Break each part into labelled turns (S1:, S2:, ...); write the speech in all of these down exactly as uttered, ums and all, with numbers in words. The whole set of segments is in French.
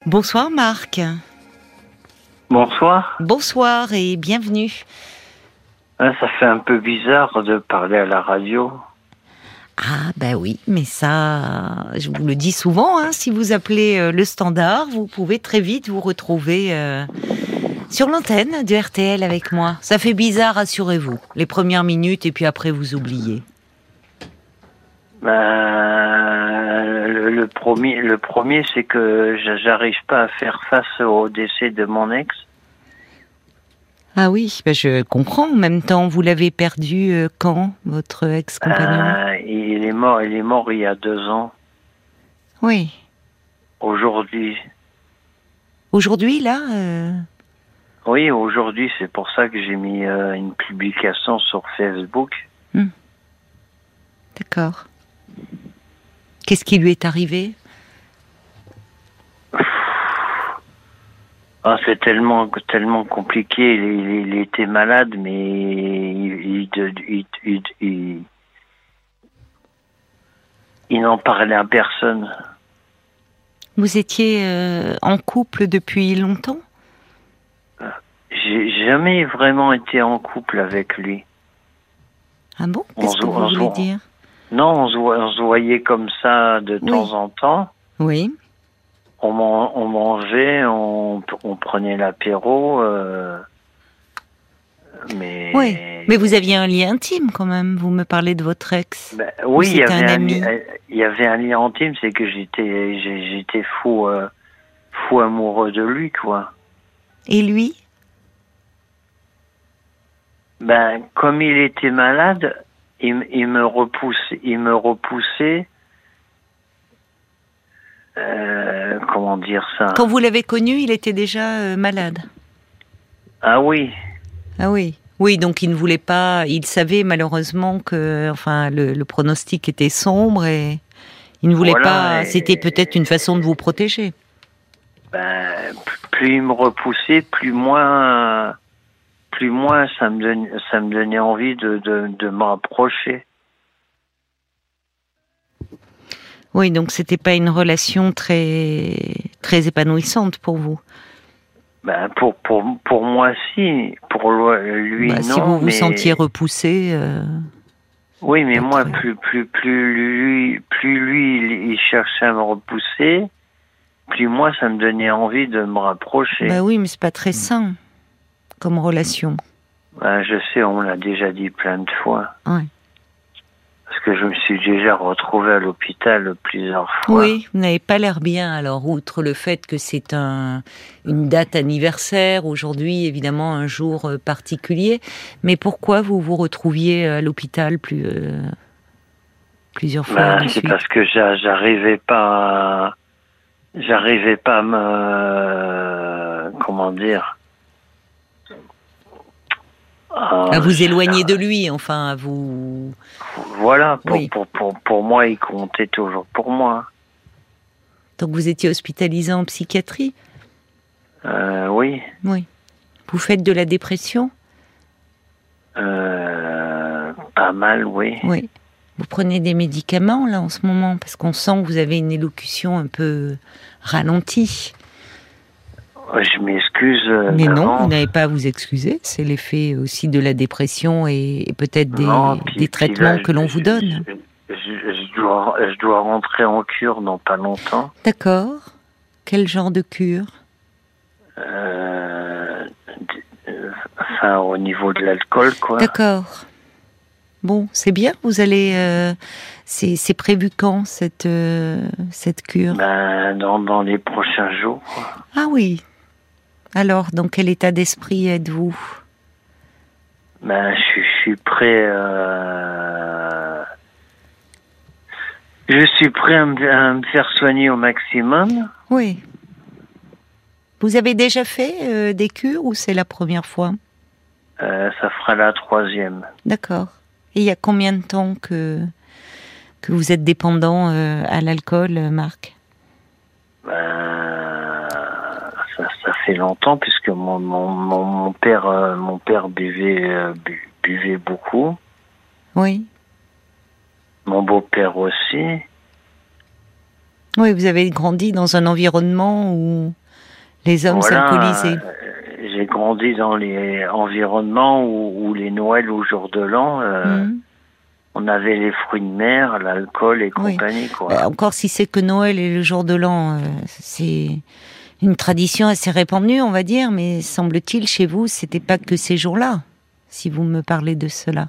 S1: Bonsoir Marc.
S2: Bonsoir.
S1: Bonsoir et bienvenue.
S2: Ah, ça fait un peu bizarre de parler à la radio.
S1: Ah ben oui, mais ça, je vous le dis souvent, hein, si vous appelez euh, le standard, vous pouvez très vite vous retrouver euh, sur l'antenne de R T L avec moi. Ça fait bizarre, rassurez-vous, les premières minutes et puis après vous oubliez.
S2: Ben, le, le premier, le premier, c'est que j'a- j'arrive pas à faire face au décès de mon ex.
S1: Ah oui, ben je comprends. En même temps, vous l'avez perdu euh, quand, votre ex-compagnon ?
S2: Euh, il est mort, il est mort il y a deux ans.
S1: Oui.
S2: Aujourd'hui,
S1: Aujourd'hui, là euh,
S2: oui, aujourd'hui, c'est pour ça que j'ai mis euh, une publication sur Facebook.
S1: D'accord. Qu'est-ce qui lui est arrivé ?
S2: Ah, c'est tellement, tellement compliqué. Il, il- il était malade, mais il, il, il, il, il- il n'en parlait à personne.
S1: Vous étiez euh, en couple depuis longtemps ?
S2: J'ai jamais vraiment été en couple avec lui.
S1: Ah bon ?
S2: On
S1: Qu'est-ce
S2: se-
S1: que vous
S2: on se-
S1: voulez dire ?
S2: Non, on se, voit- on se voyait comme ça de
S1: Oui.
S2: temps en temps.
S1: Oui.
S2: On, man- on mangeait, on, on prenait l'apéro, euh, mais...
S1: Oui. Mais vous aviez un lien intime quand même. Vous me parlez de votre ex.
S2: Ben, oui, il y
S1: c'était
S2: avait
S1: un
S2: un,
S1: ami.
S2: li- il y avait un lien intime, c'est que j'étais, j'ai- j'étais fou, euh, fou amoureux de lui, quoi.
S1: Et lui ?
S2: Ben, comme il était malade, il, m- il me repoussait, il me repoussait. Euh, comment dire ça?
S1: Quand vous l'avez connu, il était déjà euh, malade.
S2: Ah oui,
S1: Ah oui. Oui, donc il ne voulait pas. Il savait malheureusement que, enfin, le, le pronostic était sombre et il ne voulait
S2: Voilà,
S1: pas.
S2: et-
S1: C'était peut-être une façon de vous protéger.
S2: ben, p- plus il me repoussait, plus moins, plus moins ça me donnait, ça me donnait envie de, de, de me rapprocher.
S1: Oui, donc c'était pas une relation très très épanouissante pour vous.
S2: Ben, pour, pour, pour moi, si. Pour lui,
S1: Bah,
S2: non.
S1: si vous vous
S2: mais...
S1: sentiez repoussé. Euh...
S2: Oui, mais
S1: Pas
S2: moi,
S1: très.
S2: plus, plus, plus lui, plus lui, il, il cherchait à me repousser, plus moi, ça me donnait envie de me rapprocher.
S1: Bah oui, mais c'est pas très sain comme relation.
S2: Ben, je sais, on l'a déjà dit plein de fois.
S1: Ouais.
S2: Parce que je me suis déjà retrouvé à l'hôpital plusieurs fois.
S1: Oui, vous n'avez pas l'air bien. Alors, outre le fait que c'est un, une date anniversaire, aujourd'hui, évidemment, un jour euh, particulier, mais pourquoi vous vous retrouviez à l'hôpital plus, euh, plusieurs fois
S2: Ben,
S1: de
S2: c'est
S1: suite ?
S2: parce que j'a- j'arrivais pas, à- j'arrivais pas à me, comment dire, à,
S1: À vous éloigner de lui, enfin, à vous...
S2: Voilà, pour,
S1: Oui.
S2: pour, pour, pour moi, il comptait toujours pour moi.
S1: Donc vous étiez hospitalisé en psychiatrie ?
S2: Euh, oui.
S1: Oui. Vous faites de la dépression ?
S2: Euh, pas mal, oui.
S1: Oui. Vous prenez des médicaments, là, en ce moment ? Parce qu'on sent que vous avez une élocution un peu ralentie.
S2: Je m'excuse. euh,
S1: Mais non,
S2: d'avance.
S1: vous n'avez pas à vous excuser. C'est l'effet aussi de la dépression et, et peut-être des,
S2: Non, puis-
S1: des
S2: puis
S1: traitements
S2: là,
S1: que l'on
S2: je-
S1: vous donne.
S2: Je, je- je dois, je dois rentrer en cure dans pas longtemps.
S1: D'accord. Quel genre de cure ?
S2: Euh, d- euh, enfin, au niveau de l'alcool, quoi.
S1: D'accord. Bon, c'est bien. Vous allez. euh, c'est, c'est prévu quand cette euh, cette cure ?
S2: Ben, dans, dans les prochains jours. quoi.
S1: Ah oui. Alors, dans quel état d'esprit êtes-vous ?
S2: Ben, je, suis- je suis prêt. Euh... Je suis prêt à me, à me faire soigner au maximum.
S1: Oui. Vous avez déjà fait euh, des cures ou c'est la première fois ?
S2: Euh, ça fera la troisième.
S1: D'accord. Et il y a combien de temps que que vous êtes dépendant euh, à l'alcool, euh, Marc ?
S2: Ben, ça, ça fait longtemps puisque mon mon mon, mon père euh, mon père buvait euh, bu- buvait beaucoup.
S1: Oui.
S2: Mon beau-père aussi.
S1: Oui, vous avez grandi dans un environnement où les hommes
S2: Voilà,
S1: s'alcoolisaient.
S2: euh, j'ai grandi dans les environnements où, où les Noëls ou jour de l'an, euh,
S1: Mmh.
S2: on avait les fruits de mer, l'alcool et
S1: Oui.
S2: compagnie, quoi.
S1: Euh, encore si c'est que Noël et le jour de l'an, euh, c'est une tradition assez répandue, on va dire, mais semble-t-il, chez vous, c'était pas que ces jours-là, si vous me parlez de cela.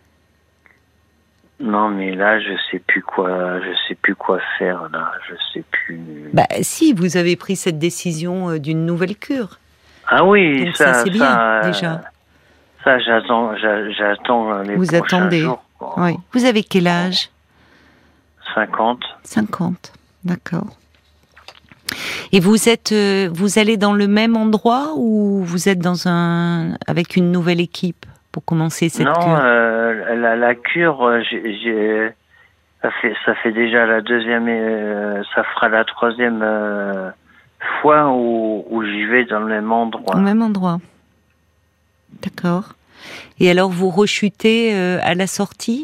S2: Non, mais là, je sais plus quoi, je sais plus quoi faire, là. Je sais plus.
S1: Bah, si, vous avez pris cette décision euh, d'une nouvelle cure.
S2: Ah oui,
S1: Donc ça,
S2: ça,
S1: c'est bien,
S2: ça, euh,
S1: déjà.
S2: ça, j'attends, j'a- j'attends les
S1: Vous
S2: prochains
S1: attendez.
S2: jours, quoi.
S1: Oui. Vous avez quel âge?
S2: cinquante.
S1: cinquante. D'accord. Et vous êtes, euh, vous allez dans le même endroit ou vous êtes dans un, avec une nouvelle équipe pour commencer cette
S2: Non,
S1: cure?
S2: euh, la, la cure, euh, j'ai, j'ai- ça fait, ça fait déjà la deuxième, euh, ça fera la troisième euh, fois où, où j'y vais dans le même
S1: Au
S2: endroit.
S1: même endroit. D'accord. Et alors vous rechutez euh, à la sortie?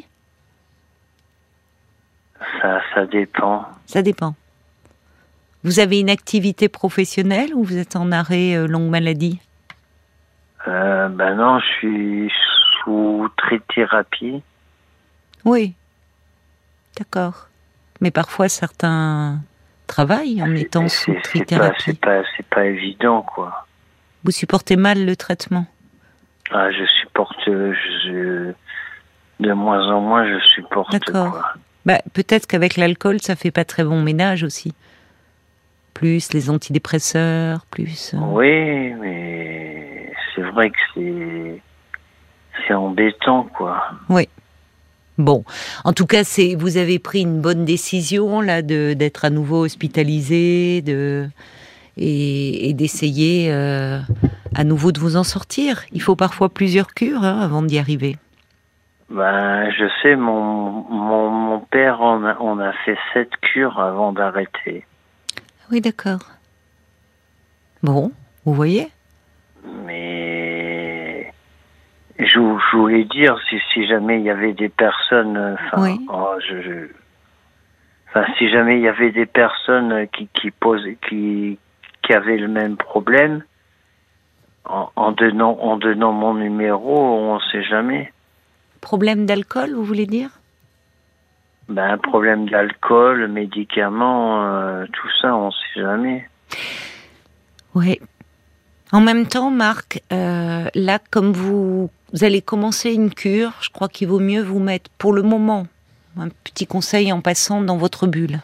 S2: Ça, ça dépend.
S1: Ça dépend. Vous avez une activité professionnelle ou vous êtes en arrêt euh, longue maladie?
S2: Euh, ben non, je suis sous trithérapie.
S1: Oui. D'accord. Mais parfois certains travaillent en étant
S2: Et
S1: sous
S2: c'est, c'est pas,
S1: trithérapie.
S2: c'est pas, c'est pas évident, quoi.
S1: Vous supportez mal le traitement?
S2: Ah, je supporte, je, je- de moins en moins, je supporte,
S1: D'accord.
S2: quoi.
S1: Bah, peut-être qu'avec l'alcool, ça fait pas très bon ménage aussi. Plus les antidépresseurs, plus... euh,
S2: Oui, mais c'est vrai que c'est, c'est embêtant, quoi.
S1: Oui. Bon, en tout cas, c'est vous avez pris une bonne décision là de d'être à nouveau hospitalisé, de et, et d'essayer euh, à nouveau de vous en sortir. Il faut parfois plusieurs cures hein, avant d'y arriver.
S2: Ben, je sais, mon, mon, mon père, on a, on a fait sept cures avant d'arrêter.
S1: Oui, d'accord. Bon, vous voyez.
S2: Mais je, vou- je voulais dire, si, si jamais il y avait des personnes, euh, enfin,
S1: Oui.
S2: oh, je, je- enfin, si jamais il y avait des personnes qui, qui posaient, qui, qui avaient le même problème, en, en donnant, en donnant mon numéro, on sait jamais.
S1: Problème d'alcool, vous voulez dire?
S2: Ben, un problème d'alcool, médicaments, euh, tout ça, on sait jamais.
S1: Oui. En même temps, Marc, euh, là, comme vous, vous allez commencer une cure, je crois qu'il vaut mieux vous mettre, pour le moment, un petit conseil en passant dans votre bulle.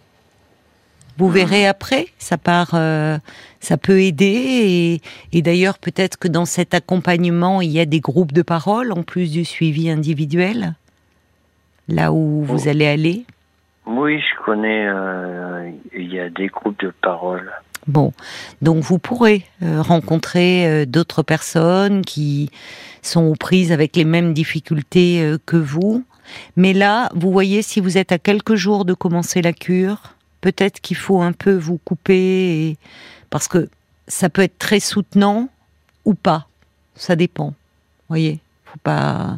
S1: Vous verrez après, ça part, euh, ça peut aider. Et, et d'ailleurs, peut-être que dans cet accompagnement, il y a des groupes de parole en plus du suivi individuel, là où vous
S2: Oh.
S1: allez aller.
S2: Oui, je connais, euh, il y a des groupes de parole.
S1: Bon, donc vous pourrez euh, rencontrer euh, d'autres personnes qui sont aux prises avec les mêmes difficultés euh, que vous. Mais là, vous voyez, si vous êtes à quelques jours de commencer la cure, peut-être qu'il faut un peu vous couper, et... parce que ça peut être très soutenant ou pas. Ça dépend. Vous voyez, faut pas...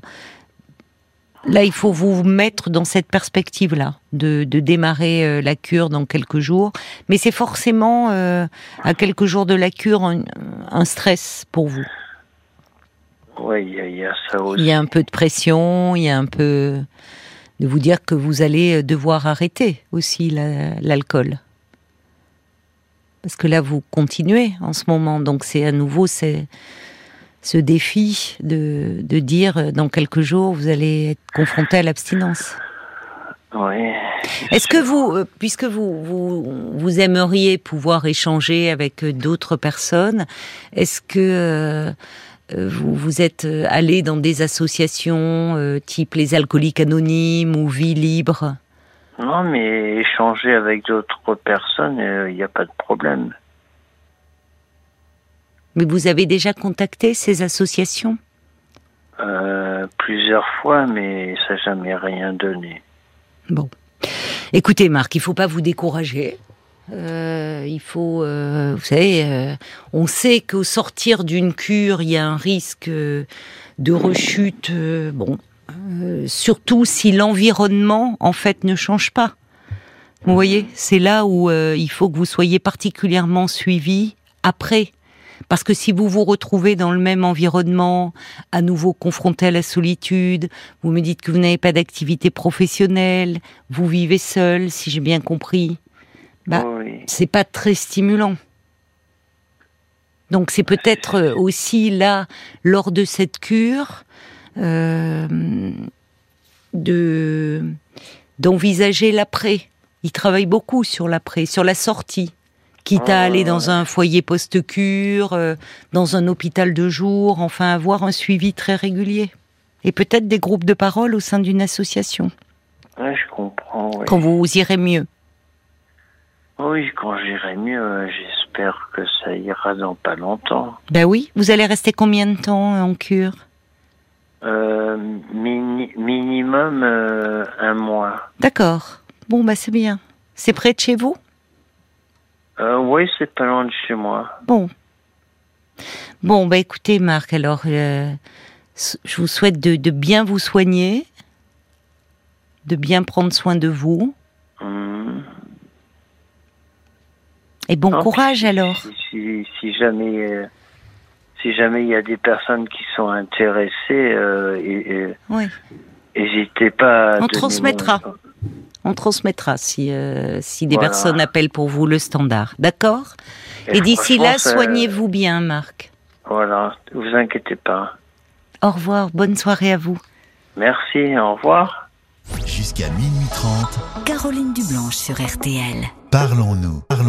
S1: Là, il faut vous mettre dans cette perspective-là, de, de démarrer euh, la cure dans quelques jours. Mais c'est forcément, euh, à quelques jours de la cure, un, un stress pour vous.
S2: Oui, il y, a- il y a ça aussi.
S1: Il y a un peu de pression, il y a un peu de vous dire que vous allez devoir arrêter aussi la- l'alcool. Parce que là, vous continuez en ce moment. Donc, c'est à nouveau c'est, ce défi de, de dire, euh, dans quelques jours, vous allez être confronté à l'abstinence.
S2: Oui.
S1: Est-ce que vous, euh, puisque vous, vous, vous aimeriez pouvoir échanger avec euh, d'autres personnes, est-ce que euh, euh, vous, vous êtes euh, allé dans des associations euh, type les Alcooliques Anonymes ou Vie Libre?
S2: Non, mais échanger avec d'autres personnes, il n'y a pas de problème.
S1: Mais vous avez déjà contacté ces associations?
S2: Euh, plusieurs fois, mais ça n'a jamais rien donné.
S1: Bon. Écoutez, Marc, il ne faut pas vous décourager. Euh, il faut, euh, vous savez, euh, on sait qu'au sortir d'une cure, il y a un risque euh, de rechute. Euh, bon, euh, surtout si l'environnement, en fait, ne change pas. Vous voyez, c'est là où euh, il faut que vous soyez particulièrement suivi après. Parce que si vous vous retrouvez dans le même environnement, à nouveau confronté à la solitude, vous me dites que vous n'avez pas d'activité professionnelle, vous vivez seul, si j'ai bien compris, bah,
S2: Oui.
S1: c'est pas très stimulant. Donc c'est peut-être aussi là, lors de cette cure, euh, de d'envisager l'après. Il travaille beaucoup sur l'après, sur la sortie. Quitte à aller dans un foyer post-cure, euh, dans un hôpital de jour, enfin avoir un suivi très régulier. Et peut-être des groupes de parole au sein d'une association.
S2: Oui, je comprends. Oui.
S1: Quand vous irez mieux.
S2: Oui, quand j'irai mieux, j'espère que ça ira dans pas longtemps.
S1: Ben oui, vous allez rester combien de temps en cure?
S2: Euh, mini- minimum euh, un mois.
S1: D'accord. Bon, bah c'est bien. C'est près de chez vous?
S2: Euh, oui, c'est pas loin de chez moi.
S1: Bon. Bon, bah écoutez, Marc, alors, euh, je vous souhaite de, de bien vous soigner, de bien prendre soin de vous.
S2: Hum.
S1: Et bon
S2: Non,
S1: courage,
S2: si,
S1: alors.
S2: Si, si, si jamais, euh, si jamais il y a des personnes qui sont intéressées, euh, et, et,
S1: Oui.
S2: n'hésitez pas à
S1: On
S2: donner
S1: transmettra.
S2: mon-
S1: On transmettra si, euh, si des
S2: Voilà.
S1: personnes appellent pour vous le standard. D'accord?
S2: Et
S1: Et d'ici
S2: franchement,
S1: là,
S2: ça-
S1: soignez-vous bien, Marc.
S2: Voilà, vous inquiétez pas.
S1: Au revoir. Bonne soirée à vous.
S2: Merci, au revoir.
S3: Jusqu'à minuit trente,
S4: Caroline Dublanche sur R T L.
S3: parlons-nous.